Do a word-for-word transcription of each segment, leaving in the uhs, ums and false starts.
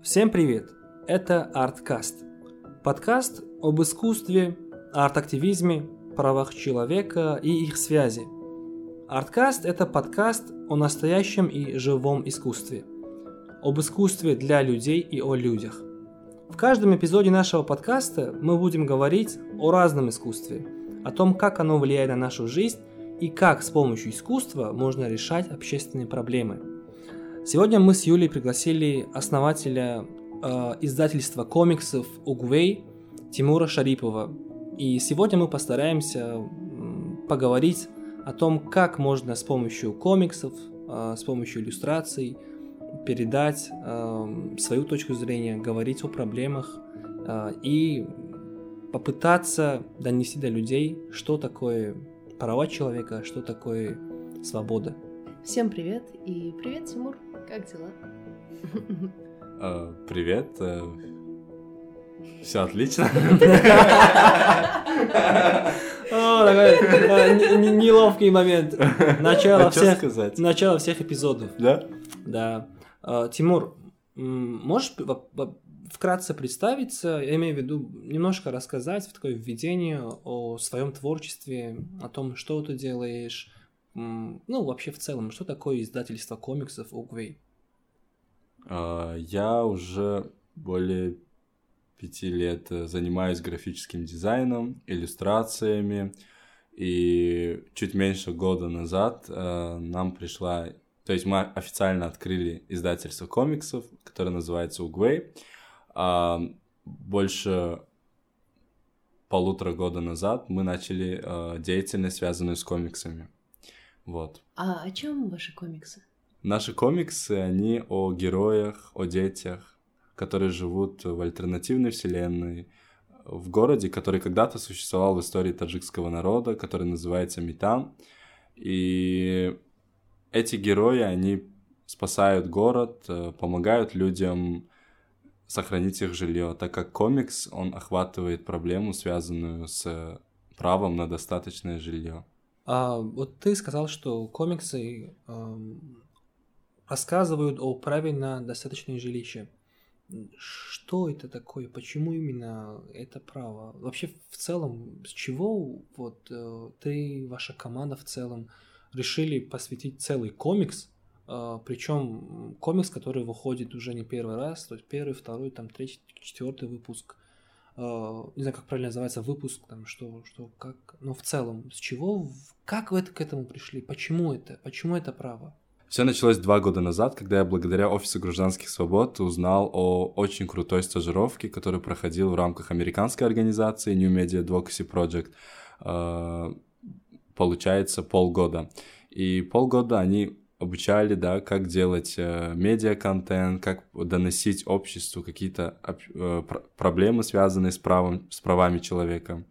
Всем привет! Это Арткаст. Подкаст об искусстве, арт-активизме, правах человека и их связи. Арткаст – это подкаст о настоящем и живом искусстве. Об искусстве для людей и о людях. В каждом эпизоде нашего подкаста мы будем говорить о разном искусстве, о том, как оно влияет на нашу жизнь и как с помощью искусства можно решать общественные проблемы. Сегодня мы с Юлей пригласили основателя э, издательства комиксов Угвей Тимура Шарипова. И сегодня мы постараемся э, поговорить о том, как можно с помощью комиксов, э, с помощью иллюстраций передать э, свою точку зрения, говорить о проблемах э, и попытаться донести до людей, что такое права человека, что такое свобода. Всем привет и привет, Тимур, как дела? Uh, привет, uh, все отлично. Неловкий момент. Начало всех эпизодов. Да? Да. Тимур, можешь вкратце представиться, я имею в виду немножко рассказать в такое введение о своем творчестве, о том, что ты делаешь, ну, вообще в целом, что такое издательство комиксов Угвей? Uh, я уже более пяти лет занимаюсь графическим дизайном, иллюстрациями, и чуть меньше года назад uh, нам пришла... То есть мы официально открыли издательство комиксов, которое называется Угвей. Uh, больше полутора года назад мы начали uh, деятельность, связанную с комиксами. Вот. А о чем ваши комиксы? Наши комиксы, они о героях, о детях, которые живут в альтернативной вселенной, в городе, который когда-то существовал в истории таджикского народа, который называется Митан. И эти герои, они спасают город, помогают людям сохранить их жилье, так как комикс, он охватывает проблему, связанную с правом на достаточное жилье. А, вот ты сказал, что комиксы эм, рассказывают о праве на достаточное жилище. Что это такое? Почему именно это право? Вообще, в целом, с чего вот э, ты, ваша команда в целом решили посвятить целый комикс, э, причем комикс, который выходит уже не первый раз, то есть первый, второй, там, третий, четвертый выпуск. Не знаю, как правильно называется выпуск, там, что, что, как, но в целом, с чего, как вы к этому пришли, почему это, почему это право? Все началось два года назад, когда я благодаря Офису гражданских свобод узнал о очень крутой стажировке, которую проходил в рамках американской организации New Media Advocacy Project, получается, полгода. И полгода они обучали, да, как делать э, медиа-контент, как доносить обществу какие-то э, пр- проблемы, связанные с, правом, с правами человека.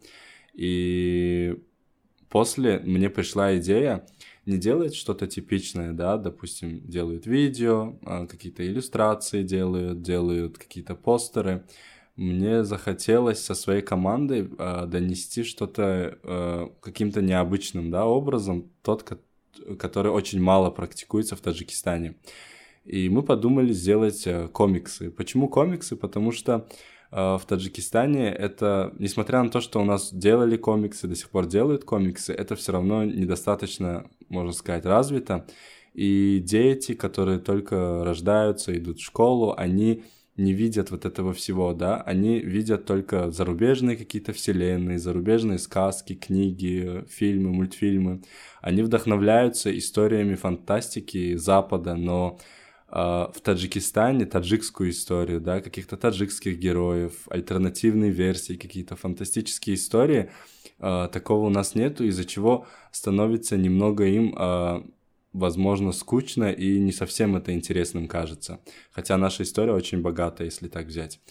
И после мне пришла идея не делать что-то типичное, да, допустим, делают видео, э, какие-то иллюстрации делают, делают какие-то постеры. Мне захотелось со своей командой э, донести что-то э, каким-то необычным, да, образом, тот, который который очень мало практикуется в Таджикистане. И мы подумали сделать э, комиксы. Почему комиксы? Потому что э, в Таджикистане это, несмотря на то, что у нас делали комиксы, до сих пор делают комиксы, это все равно недостаточно, можно сказать, развито. И дети, которые только рождаются, идут в школу, они не видят вот этого всего, да, они видят только зарубежные какие-то вселенные, зарубежные сказки, книги, фильмы, мультфильмы. Они вдохновляются историями фантастики Запада, но э, в Таджикистане таджикскую историю, да, каких-то таджикских героев, альтернативные версии, какие-то фантастические истории, э, такого у нас нету, из-за чего становится немного им... Э, возможно, скучно и не совсем это интересным кажется. Хотя наша история очень богата, если так взять.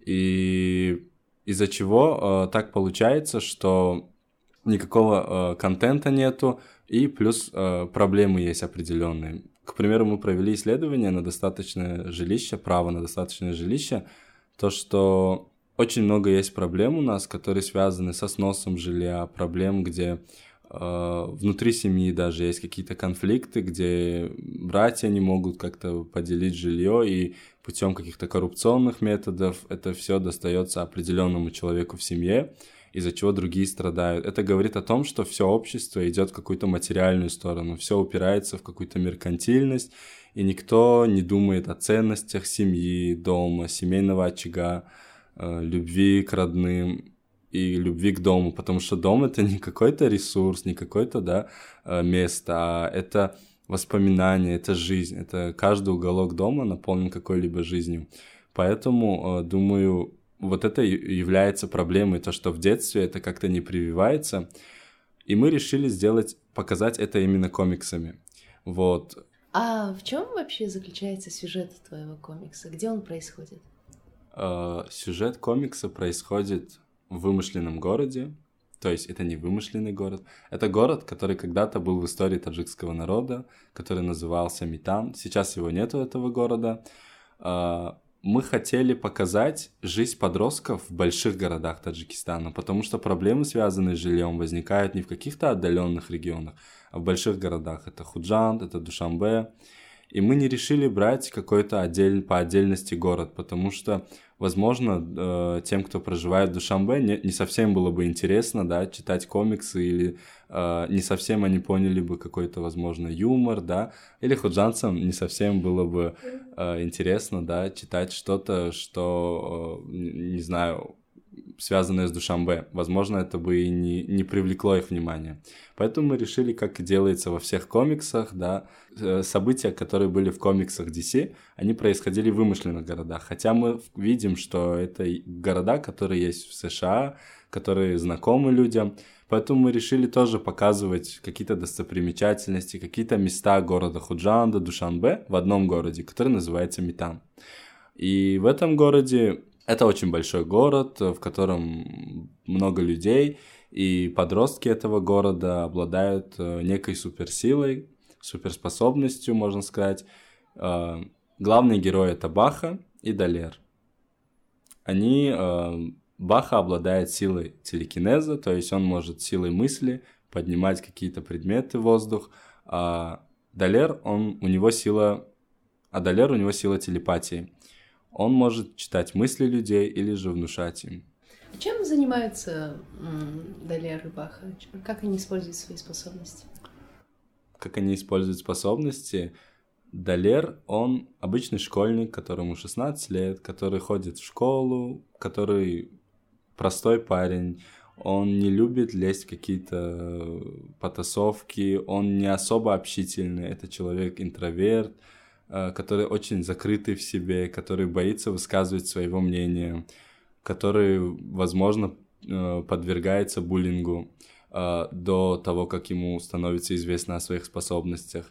И из-за чего э, так получается, что никакого э, контента нету, и плюс э, проблемы есть определенные. К примеру, мы провели исследование на достаточное жилище, право на достаточное жилище, то, что очень много есть проблем у нас, которые связаны со сносом жилья, проблем, где внутри семьи даже есть какие-то конфликты, где братья не могут как-то поделить жилье, и путем каких-то коррупционных методов, это все достается определенному человеку в семье, из-за чего другие страдают. Это говорит о том, что все общество идет в какую-то материальную сторону, все упирается в какую-то меркантильность, и никто не думает о ценностях семьи, дома, семейного очага, э, любви к родным и любви к дому, потому что дом — это не какой-то ресурс, не какое-то, да, место, а это воспоминания, это жизнь, это каждый уголок дома наполнен какой-либо жизнью. Поэтому, думаю, вот это является проблемой, то, что в детстве это как-то не прививается, и мы решили сделать, показать это именно комиксами. Вот. А в чем вообще заключается сюжет твоего комикса? Где он происходит? Uh, сюжет комикса происходит в вымышленном городе, то есть это не вымышленный город, это город, который когда-то был в истории таджикского народа, который назывался Митан. Сейчас его нету, этого города. Uh, мы хотели показать жизнь подростков в больших городах Таджикистана, потому что проблемы, связанные с жильем, возникают не в каких-то отдаленных регионах, а в больших городах. Это Худжанд, это Душанбе. И мы не решили брать какой-то отдель, по отдельности город, потому что, возможно, э, тем, кто проживает в Душанбе, не, не совсем было бы интересно, да, читать комиксы, или э, не совсем они поняли бы какой-то, возможно, юмор, да, или худжанцам не совсем было бы э, интересно, да, читать что-то, что, э, не знаю, связанное с Душанбе. Возможно, это бы и не, не привлекло их внимание. Поэтому мы решили, как и делается во всех комиксах, да, события, которые были в комиксах ди си, они происходили в вымышленных городах. Хотя мы видим, что это города, которые есть в США, которые знакомы людям. Поэтому мы решили тоже показывать какие-то достопримечательности, какие-то места города Худжанда, Душанбе в одном городе, который называется Митан. И в этом городе это очень большой город, в котором много людей, и подростки этого города обладают некой суперсилой, суперспособностью, можно сказать. Главные герои — это Баха и Далер. Они... Баха обладает силой телекинеза, то есть он может силой мысли поднимать какие-то предметы в воздух, а Далер, он, у него сила... А Далер, у него сила телепатии. Он может читать мысли людей или же внушать им. Чем занимаются м, Далер и Баха? Как они используют свои способности? Как они используют способности? Далер, он обычный школьник, которому шестнадцать лет, который ходит в школу, который простой парень. Он не любит лезть в какие-то потасовки, он не особо общительный, это человек-интроверт, который очень закрытый в себе, который боится высказывать своего мнения, который, возможно, подвергается буллингу до того, как ему становится известно о своих способностях.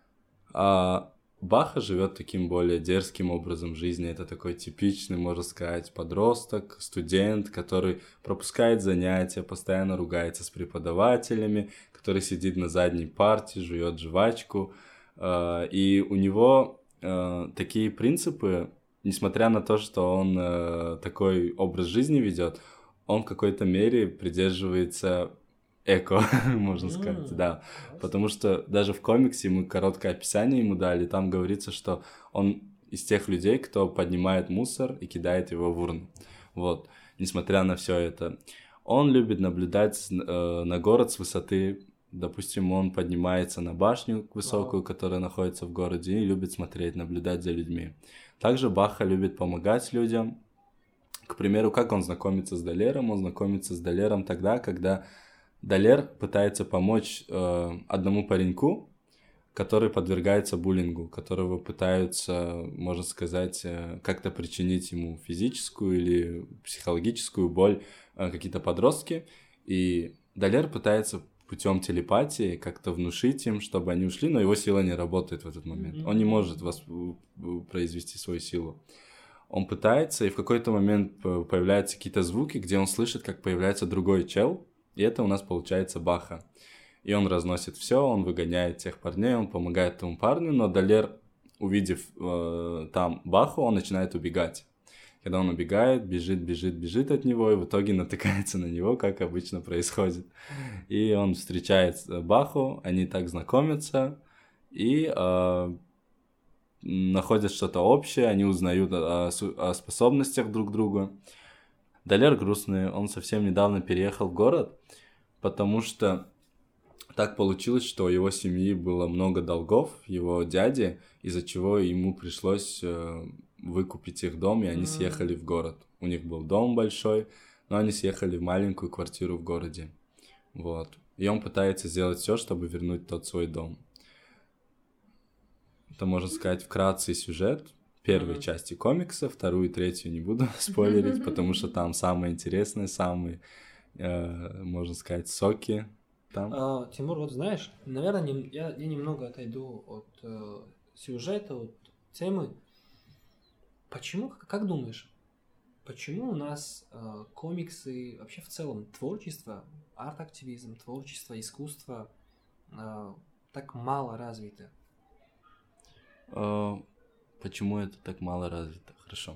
А Баха живет таким более дерзким образом жизни. Это такой типичный, можно сказать, подросток, студент, который пропускает занятия, постоянно ругается с преподавателями, который сидит на задней парте, жует жвачку. И у него такие принципы, несмотря на то, что он такой образ жизни ведет, он в какой-то мере придерживается эко, можно mm, сказать, да. Nice. Потому что даже в комиксе мы короткое описание ему дали, там говорится, что он из тех людей, кто поднимает мусор и кидает его в урну. Вот, несмотря на все это. Он любит наблюдать э, на город с высоты. Допустим, он поднимается на башню высокую, wow. которая находится в городе, и любит смотреть, наблюдать за людьми. Также Баха любит помогать людям. К примеру, как он знакомится с Далером? Он знакомится с Далером тогда, когда Далер пытается помочь э, одному пареньку, который подвергается буллингу, которого пытаются, можно сказать, э, как-то причинить ему физическую или психологическую боль э, какие-то подростки. И Далер пытается путем телепатии как-то внушить им, чтобы они ушли, но его сила не работает в этот момент. Mm-hmm. Он не может воспроизвести свою силу. Он пытается, и в какой-то момент появляются какие-то звуки, где он слышит, как появляется другой чел, и это у нас получается Баха. И он разносит все, он выгоняет тех парней, он помогает тому парню, но Далер, увидев э, там Баху, он начинает убегать. Когда он убегает, бежит, бежит, бежит от него, и в итоге натыкается на него, как обычно происходит. И он встречает Баху, они так знакомятся, и э, находят что-то общее, они узнают о, о способностях друг друга. Далер грустный, он совсем недавно переехал в город, потому что так получилось, что у его семьи было много долгов, его дяди, из-за чего ему пришлось э, выкупить их дом, и они mm-hmm. съехали в город. У них был дом большой, но они съехали в маленькую квартиру в городе. Вот. И он пытается сделать все, чтобы вернуть тот свой дом. Это, можно сказать, вкратце сюжет первой mm-hmm. части комикса, вторую и третью не буду спойлерить, потому что там самое интересное, самые, э, можно сказать, соки. Там. А, Тимур, вот знаешь, наверное, не, я, я немного отойду от э, сюжета, от темы. Почему, как, как думаешь, почему у нас э, комиксы, вообще в целом творчество, арт-активизм, творчество, искусство э, так мало развито? А, почему это так мало развито? Хорошо.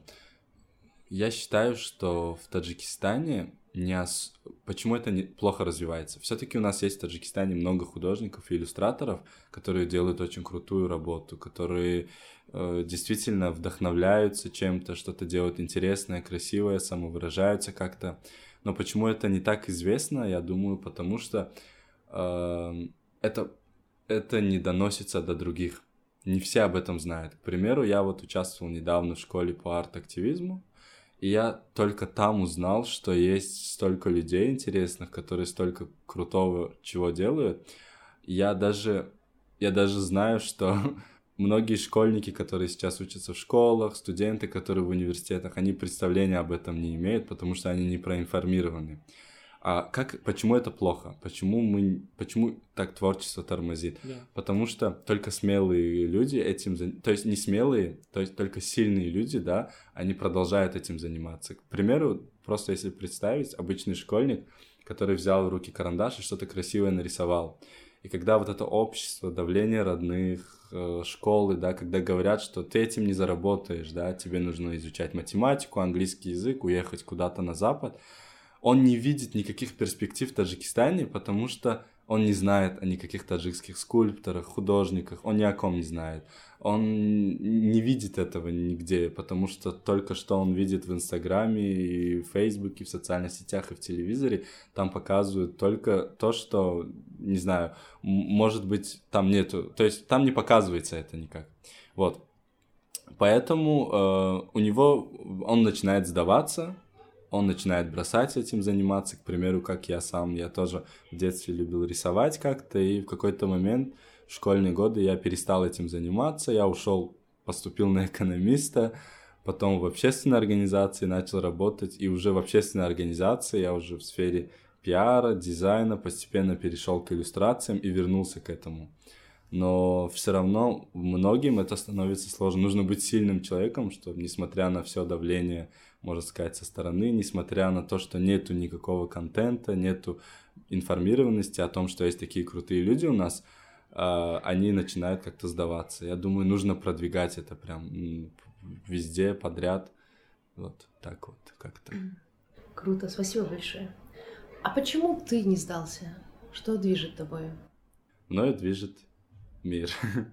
Я считаю, что в Таджикистане не ос... почему это не... плохо развивается. Все-таки у нас есть в Таджикистане много художников и иллюстраторов, которые делают очень крутую работу, которые э, действительно вдохновляются чем-то, что-то делают интересное, красивое, самовыражаются как-то. Но почему это не так известно, я думаю, потому что э, это, это не доносится до других. Не все об этом знают. К примеру, я вот участвовал недавно в школе по арт-активизму, и я только там узнал, что есть столько людей интересных, которые столько крутого чего делают. Я даже, я даже знаю, что многие школьники, которые сейчас учатся в школах, студенты, которые в университетах, они представления об этом не имеют, потому что они не проинформированы. А как, почему это плохо? Почему мы, почему так творчество тормозит? Yeah. Потому что только смелые люди этим, то есть не смелые, то есть только сильные люди, да, они продолжают этим заниматься. К примеру, просто если представить, обычный школьник, который взял в руки карандаш и что-то красивое нарисовал. И когда вот это общество, давление родных, школы, да, когда говорят, что ты этим не заработаешь, да, тебе нужно изучать математику, английский язык, уехать куда-то на Запад, он не видит никаких перспектив в Таджикистане, потому что он не знает о никаких таджикских скульпторах, художниках, он ни о ком не знает. Он не видит этого нигде, потому что только что он видит в Инстаграме, и в Фейсбуке, в социальных сетях и в телевизоре, там показывают только то, что, не знаю, может быть, там нету, то есть там не показывается это никак. Вот. Поэтому э, у него, он начинает сдаваться, он начинает бросать этим заниматься, к примеру, как я сам, я тоже в детстве любил рисовать как-то, и в какой-то момент в школьные годы я перестал этим заниматься, я ушел, поступил на экономиста, потом в общественной организации начал работать, и уже в общественной организации я уже в сфере пиара, дизайна постепенно перешел к иллюстрациям и вернулся к этому. Но все равно многим это становится сложно. Нужно быть сильным человеком, чтобы, несмотря на все давление, можно сказать, со стороны, несмотря на то, что нету никакого контента, нету информированности о том, что есть такие крутые люди у нас, э, они начинают как-то сдаваться. Я думаю, нужно продвигать это прям везде, подряд. Вот так вот как-то. Круто, спасибо большое. А почему ты не сдался? Что движет тобой? Мною движет мир.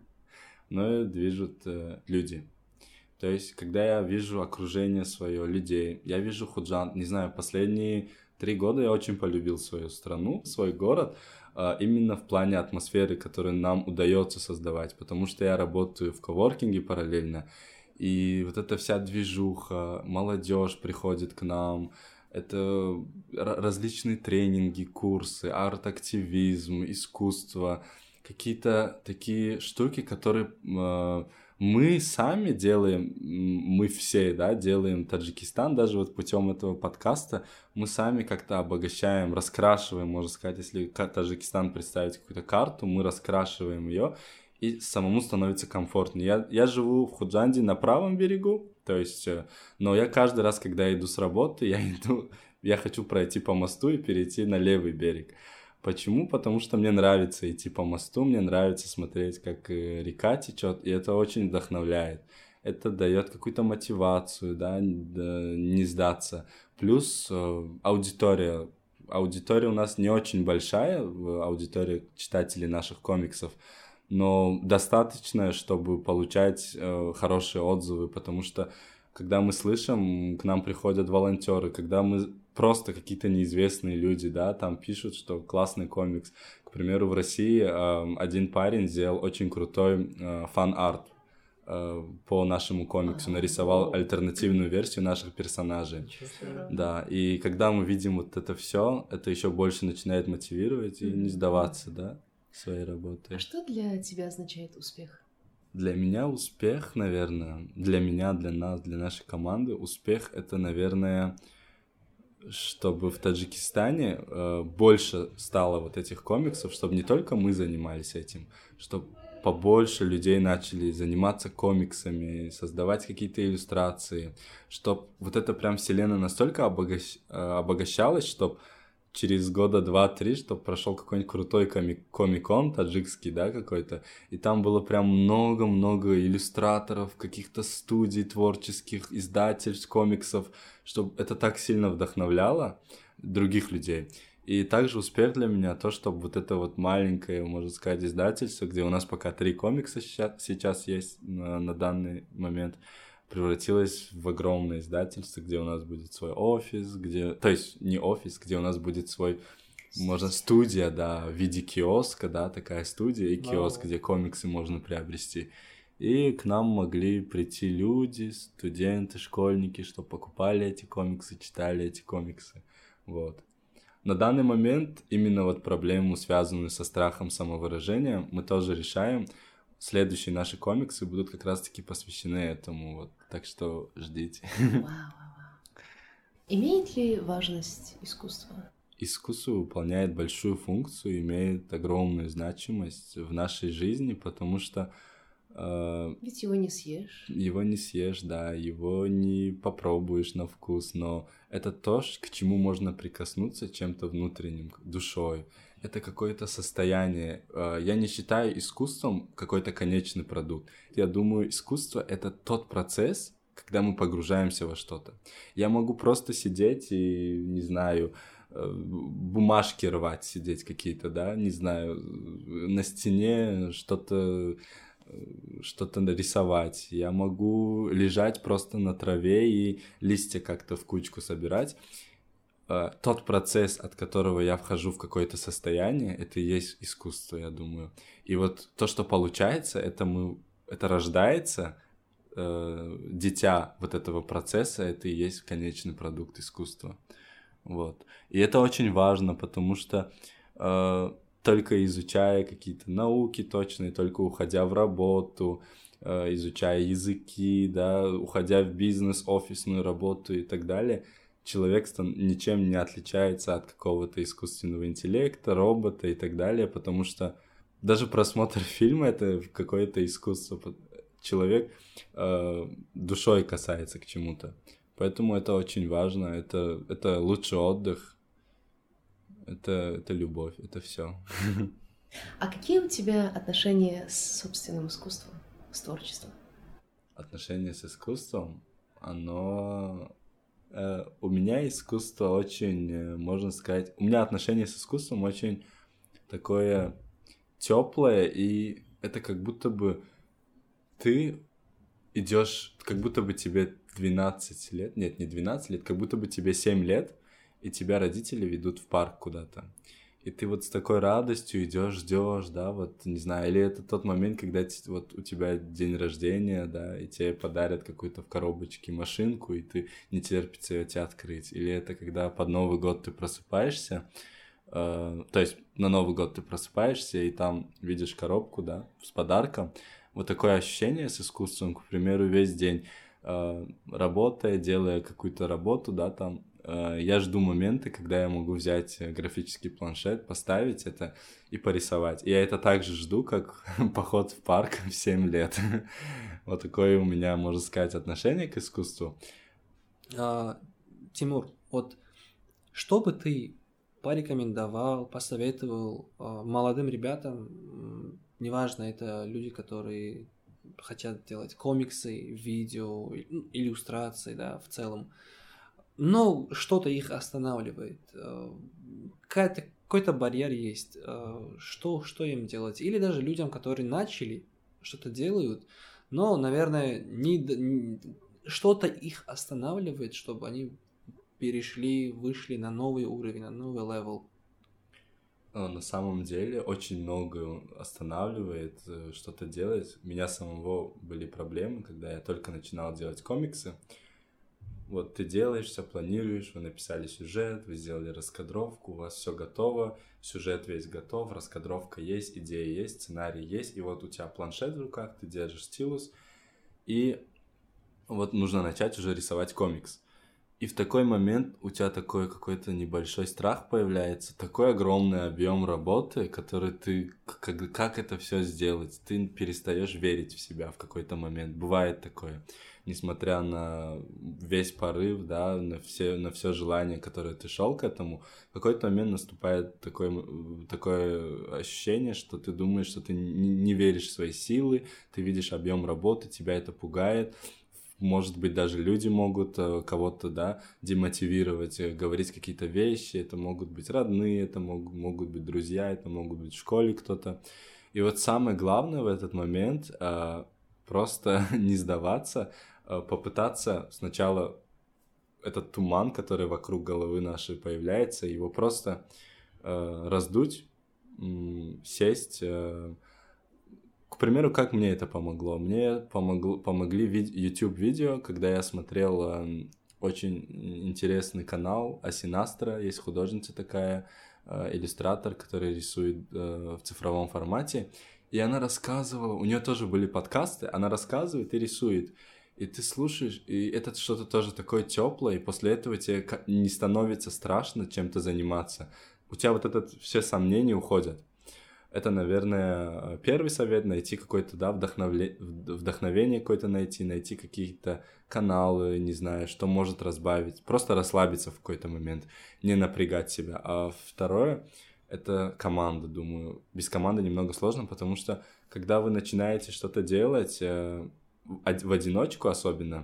Мною движут э, люди. То есть, когда я вижу окружение свое, людей, я вижу Худжанд, не знаю, последние три года я очень полюбил свою страну, свой город, э, именно в плане атмосферы, которую нам удается создавать, потому что я работаю в коворкинге параллельно, и вот эта вся движуха, молодежь приходит к нам, это различные тренинги, курсы, арт-активизм, искусство, какие-то такие штуки, которые э, мы сами делаем, мы все, да, делаем Таджикистан, даже вот путем этого подкаста мы сами как-то обогащаем, раскрашиваем, можно сказать, если Таджикистан представить какую-то карту, мы раскрашиваем ее, и самому становится комфортнее. Я, я живу в Худжанде на правом берегу, то есть, но я каждый раз, когда иду с работы, я иду, я хочу пройти по мосту и перейти на левый берег. Почему? Потому что мне нравится идти по мосту, мне нравится смотреть, как река течет, и это очень вдохновляет. Это дает какую-то мотивацию, да, не сдаться. Плюс э, аудитория. Аудитория у нас не очень большая, аудитория читателей наших комиксов, но достаточно, чтобы получать э, хорошие отзывы, потому что когда мы слышим, к нам приходят волонтеры, когда мы просто какие-то неизвестные люди, да, там пишут, что классный комикс. К примеру, в России э, один парень сделал очень крутой э, фан-арт э, по нашему комиксу, нарисовал альтернативную версию наших персонажей. Да, и когда мы видим вот это все, это еще больше начинает мотивировать и не сдаваться, да, своей работой. А что для тебя означает успех? Для меня успех, наверное, для меня, для нас, для нашей команды, успех — это, наверное, чтобы в Таджикистане э, больше стало вот этих комиксов, чтобы не только мы занимались этим, чтобы побольше людей начали заниматься комиксами, создавать какие-то иллюстрации, чтобы вот эта прям вселенная настолько обогащ... обогащалась, чтобы через года два-три, чтобы прошел какой-нибудь крутой комик- комик-кон таджикский, да, какой-то, и там было прям много-много иллюстраторов, каких-то студий творческих, издательств, комиксов, чтобы это так сильно вдохновляло других людей. И также успех для меня то, чтобы вот это вот маленькое, можно сказать, издательство, где у нас пока три комикса сейчас, сейчас есть на, на данный момент, превратилось в огромное издательство, где у нас будет свой офис, где... То есть не офис, где у нас будет свой, можно, студия, да, в виде киоска, да, такая студия и киоск, wow. где комиксы можно приобрести. И к нам могли прийти люди, студенты, школьники, что покупали эти комиксы, читали эти комиксы, вот. На данный момент именно вот проблему, связанную со страхом самовыражения, мы тоже решаем. Следующие наши комиксы будут как раз-таки посвящены этому, вот, так что ждите. Вау, вау, вау. Имеет ли важность искусство? Искусство выполняет большую функцию, имеет огромную значимость в нашей жизни, потому что... Э, Ведь его не съешь. Его не съешь, да, его не попробуешь на вкус, но это то, к чему можно прикоснуться чем-то внутренним, душой. Это какое-то состояние. Я не считаю искусством какой-то конечный продукт. Я думаю, искусство — это тот процесс, когда мы погружаемся во что-то. Я могу просто сидеть и, не знаю, бумажки рвать, сидеть какие-то, да, не знаю, на стене что-то что-то нарисовать. Я могу лежать просто на траве и листья как-то в кучку собирать. Тот процесс, от которого я вхожу в какое-то состояние, это и есть искусство, я думаю. И вот то, что получается, это мы, это рождается, э, дитя вот этого процесса, это и есть конечный продукт искусства. Вот. И это очень важно, потому что э, только изучая какие-то науки точные, только уходя в работу, э, изучая языки, да, уходя в бизнес, офисную работу и так далее, человек ничем не отличается от какого-то искусственного интеллекта, робота и так далее, потому что даже просмотр фильма — это какое-то искусство. Человек э, душой касается к чему-то. Поэтому это очень важно, это, это лучший отдых, это, это любовь, это все. А какие у тебя отношения с собственным искусством, с творчеством? Отношения с искусством, оно... У меня искусство очень, можно сказать, у меня отношение с искусством очень такое теплое, и это как будто бы ты идешь, как будто бы тебе двенадцать лет, нет, не двенадцать лет, как будто бы тебе семь лет, и тебя родители ведут в парк куда-то. И ты вот с такой радостью идешь, ждешь, да, вот, не знаю, или это тот момент, когда вот у тебя день рождения, да, и тебе подарят какую-то в коробочке машинку, и ты не терпится ее тебе открыть. Или это когда под Новый год ты просыпаешься, э, то есть на Новый год ты просыпаешься, и там видишь коробку, да, с подарком. Вот такое ощущение с искусством, к примеру, весь день, э, работая, делая какую-то работу, да, там, я жду моменты, когда я могу взять графический планшет, поставить это и порисовать. И я это также жду, как поход в парк в семь лет. Вот такое у меня, можно сказать, отношение к искусству. А, Тимур, вот что бы ты порекомендовал, посоветовал а, молодым ребятам, неважно, это люди, которые хотят делать комиксы, видео, иллюстрации, да, в целом, но что-то их останавливает. Какая-то, какой-то барьер есть. Что, что им делать? Или даже людям, которые начали, что-то делают, но, наверное, не, не, что-то их останавливает, чтобы они перешли, вышли на новый уровень, на новый левел. На самом деле очень много останавливает что-то делать. У меня самого были проблемы, когда я только начинал делать комиксы. Вот ты делаешь все, планируешь, вы написали сюжет, вы сделали раскадровку, у вас все готово, сюжет весь готов, раскадровка есть, идея есть, сценарий есть, и вот у тебя планшет в руках, ты держишь стилус, и вот нужно начать уже рисовать комикс. И в такой момент у тебя такой какой-то небольшой страх появляется, такой огромный объем работы, который ты, как, как это все сделать, ты перестаешь верить в себя в какой-то момент. Бывает такое, несмотря на весь порыв, да, на все, на все желание, которое ты шел к этому, в какой-то момент наступает такое, такое ощущение, что ты думаешь, что ты не, не веришь в свои силы, ты видишь объем работы, тебя это пугает. Может быть, даже люди могут кого-то, да, демотивировать, говорить какие-то вещи. Это могут быть родные, это могут, могут быть друзья, это могут быть в школе кто-то. И вот самое главное в этот момент э, просто не сдаваться, э, попытаться сначала этот туман, который вокруг головы нашей появляется, его просто э, раздуть, э, сесть. Э, К примеру, как мне это помогло? Мне помогло, помогли ви- YouTube-видео, когда я смотрел э, очень интересный канал Асинастра, есть художница такая, э, иллюстратор, который рисует э, в цифровом формате, и она рассказывала, у нее тоже были подкасты, она рассказывает и рисует, и ты слушаешь, и это что-то тоже такое теплое, и после этого тебе не становится страшно чем-то заниматься, у тебя вот это все сомнения уходят. Это, наверное, первый совет, найти какое-то, да, вдохновле... вдохновение какое-то найти, найти какие-то каналы, не знаю, что может разбавить, просто расслабиться в какой-то момент, не напрягать себя. А второе, это команда, думаю. Без команды немного сложно, потому что, когда вы начинаете что-то делать, э, в одиночку особенно,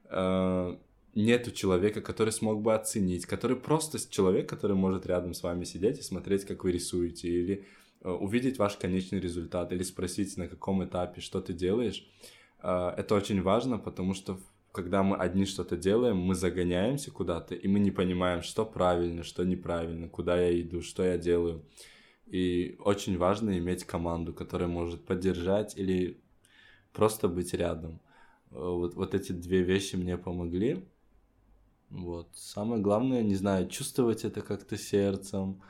э, нету человека, который смог бы оценить, который просто человек, который может рядом с вами сидеть и смотреть, как вы рисуете, или увидеть ваш конечный результат или спросить, на каком этапе, что ты делаешь. Это очень важно, потому что когда мы одни что-то делаем, мы загоняемся куда-то, и мы не понимаем, что правильно, что неправильно, куда я иду, что я делаю. И очень важно иметь команду, которая может поддержать или просто быть рядом. Вот, вот эти две вещи мне помогли. Вот. Самое главное, не знаю, чувствовать это как-то сердцем,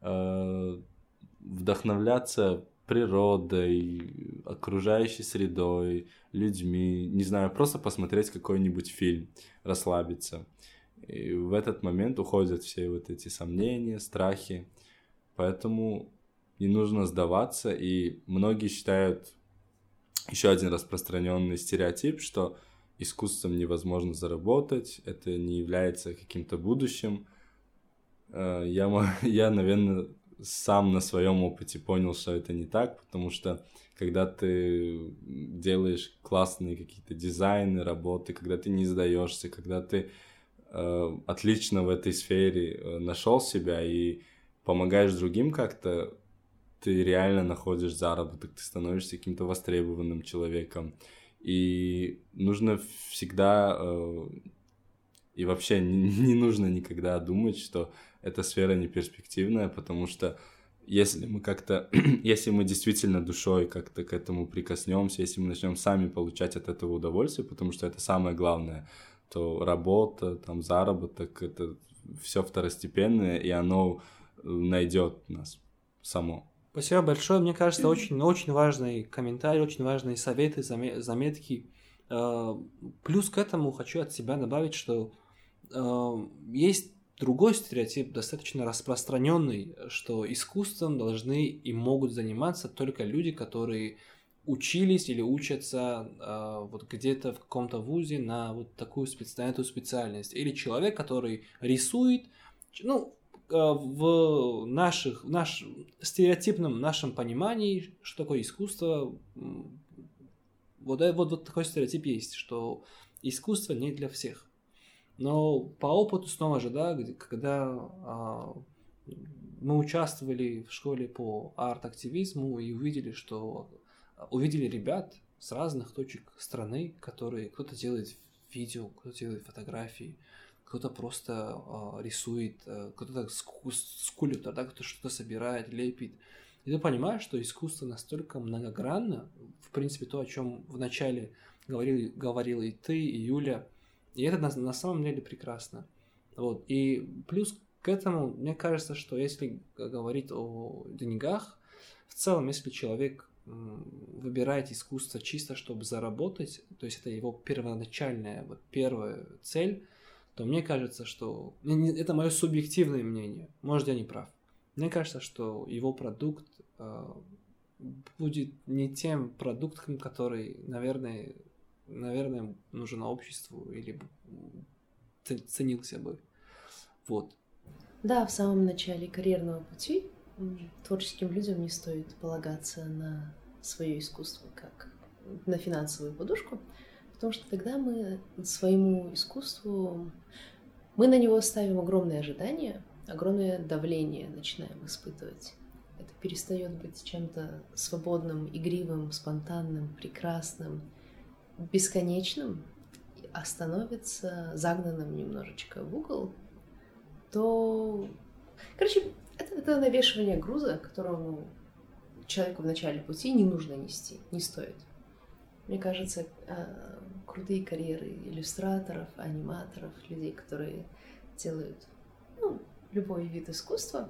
вдохновляться природой, окружающей средой, людьми, не знаю, просто посмотреть какой-нибудь фильм, расслабиться. И в этот момент уходят все вот эти сомнения, страхи. Поэтому не нужно сдаваться. И многие считают, еще один распространенный стереотип, что искусством невозможно заработать, это не является каким-то будущим. Я, я наверное, сам на своем опыте понял, что это не так, потому что когда ты делаешь классные какие-то дизайны, работы, когда ты не сдаешься, когда ты э, отлично в этой сфере э, нашел себя и помогаешь другим как-то, ты реально находишь заработок, ты становишься каким-то востребованным человеком. И нужно всегда э, и вообще не, не нужно никогда думать, что эта сфера не перспективная, потому что если мы как-то, если мы действительно душой как-то к этому прикоснемся, если мы начнем сами получать от этого удовольствие, потому что это самое главное, то работа, там, заработок, это все второстепенное, и оно найдет нас само. Спасибо большое. Мне кажется, очень, очень важный комментарий, очень важные советы, заметки. Плюс к этому хочу от себя добавить, что есть другой стереотип, достаточно распространенный, что искусством должны и могут заниматься только люди, которые учились или учатся э, вот где-то в каком-то вузе на вот такую специ... на эту специальность. Или человек, который рисует, ну, э, в наших, в наш, стереотипном нашем понимании, что такое искусство, вот, вот, вот такой стереотип есть, что искусство не для всех. Но по опыту снова же, да, где, когда а, мы участвовали в школе по арт-активизму и увидели, что увидели ребят с разных точек страны, которые кто-то делает видео, кто-то делает фотографии, кто-то просто а, рисует, а, кто-то ску- скульптор, да, кто-то что-то собирает, лепит. И ты понимаешь, что искусство настолько многогранно, в принципе, то, о чем вначале говорили, говорила и ты, и Юля, и это на, на самом деле прекрасно. Вот. И плюс к этому, мне кажется, что если говорить о деньгах, в целом, если человек выбирает искусство чисто, чтобы заработать, то есть это его первоначальная, вот первая цель, то мне кажется, что... Это мое субъективное мнение. Может, я не прав. Мне кажется, что его продукт э, будет не тем продуктом, который, наверное, наверное, нужен обществу или ценился бы. Вот. Да, в самом начале карьерного пути творческим людям не стоит полагаться на свое искусство как на финансовую подушку, потому что тогда мы своему искусству, мы на него ставим огромные ожидания, огромное давление начинаем испытывать. Это перестает быть чем-то свободным, игривым, спонтанным, прекрасным, бесконечным, а становится загнанным немножечко в угол, то... Короче, это, это навешивание груза, которому человеку в начале пути не нужно нести, не стоит. Мне кажется, крутые карьеры иллюстраторов, аниматоров, людей, которые делают ну, любой вид искусства,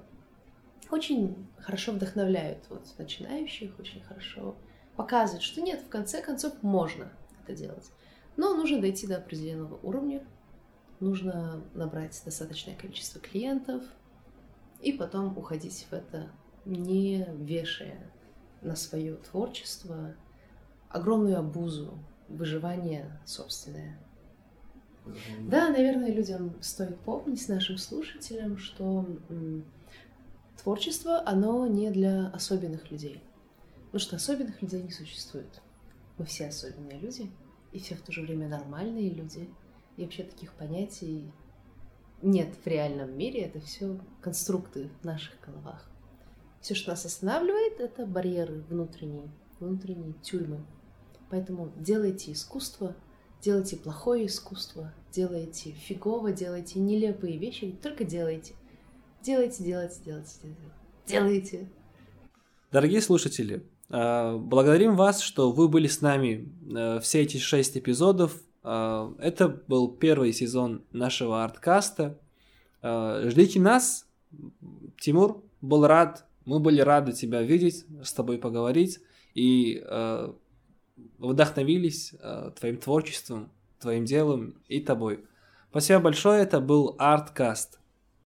очень хорошо вдохновляют вот, начинающих, очень хорошо показывают, что нет, в конце концов можно это делать. Но нужно дойти до определенного уровня, нужно набрать достаточное количество клиентов и потом уходить в это, не вешая на свое творчество огромную обузу, выживание собственное. Mm-hmm. Да, наверное, людям стоит помнить, нашим слушателям, что м, творчество, оно не для особенных людей. Потому что особенных людей не существует. Мы все особенные люди, и все в то же время нормальные люди. И вообще таких понятий нет в реальном мире, это все конструкты в наших головах. Все, что нас останавливает, это барьеры внутренние, внутренние тюрьмы. Поэтому делайте искусство, делайте плохое искусство, делайте фигово, делайте нелепые вещи, только делайте. Делайте, делайте, делайте, делайте. Делайте. Дорогие слушатели, благодарим вас, что вы были с нами все эти шесть эпизодов. Это был первый сезон нашего арткаста. Ждите нас. Тимур был рад, мы были рады тебя видеть, с тобой поговорить и вдохновились твоим творчеством, твоим делом и тобой. Спасибо большое, это был арткаст.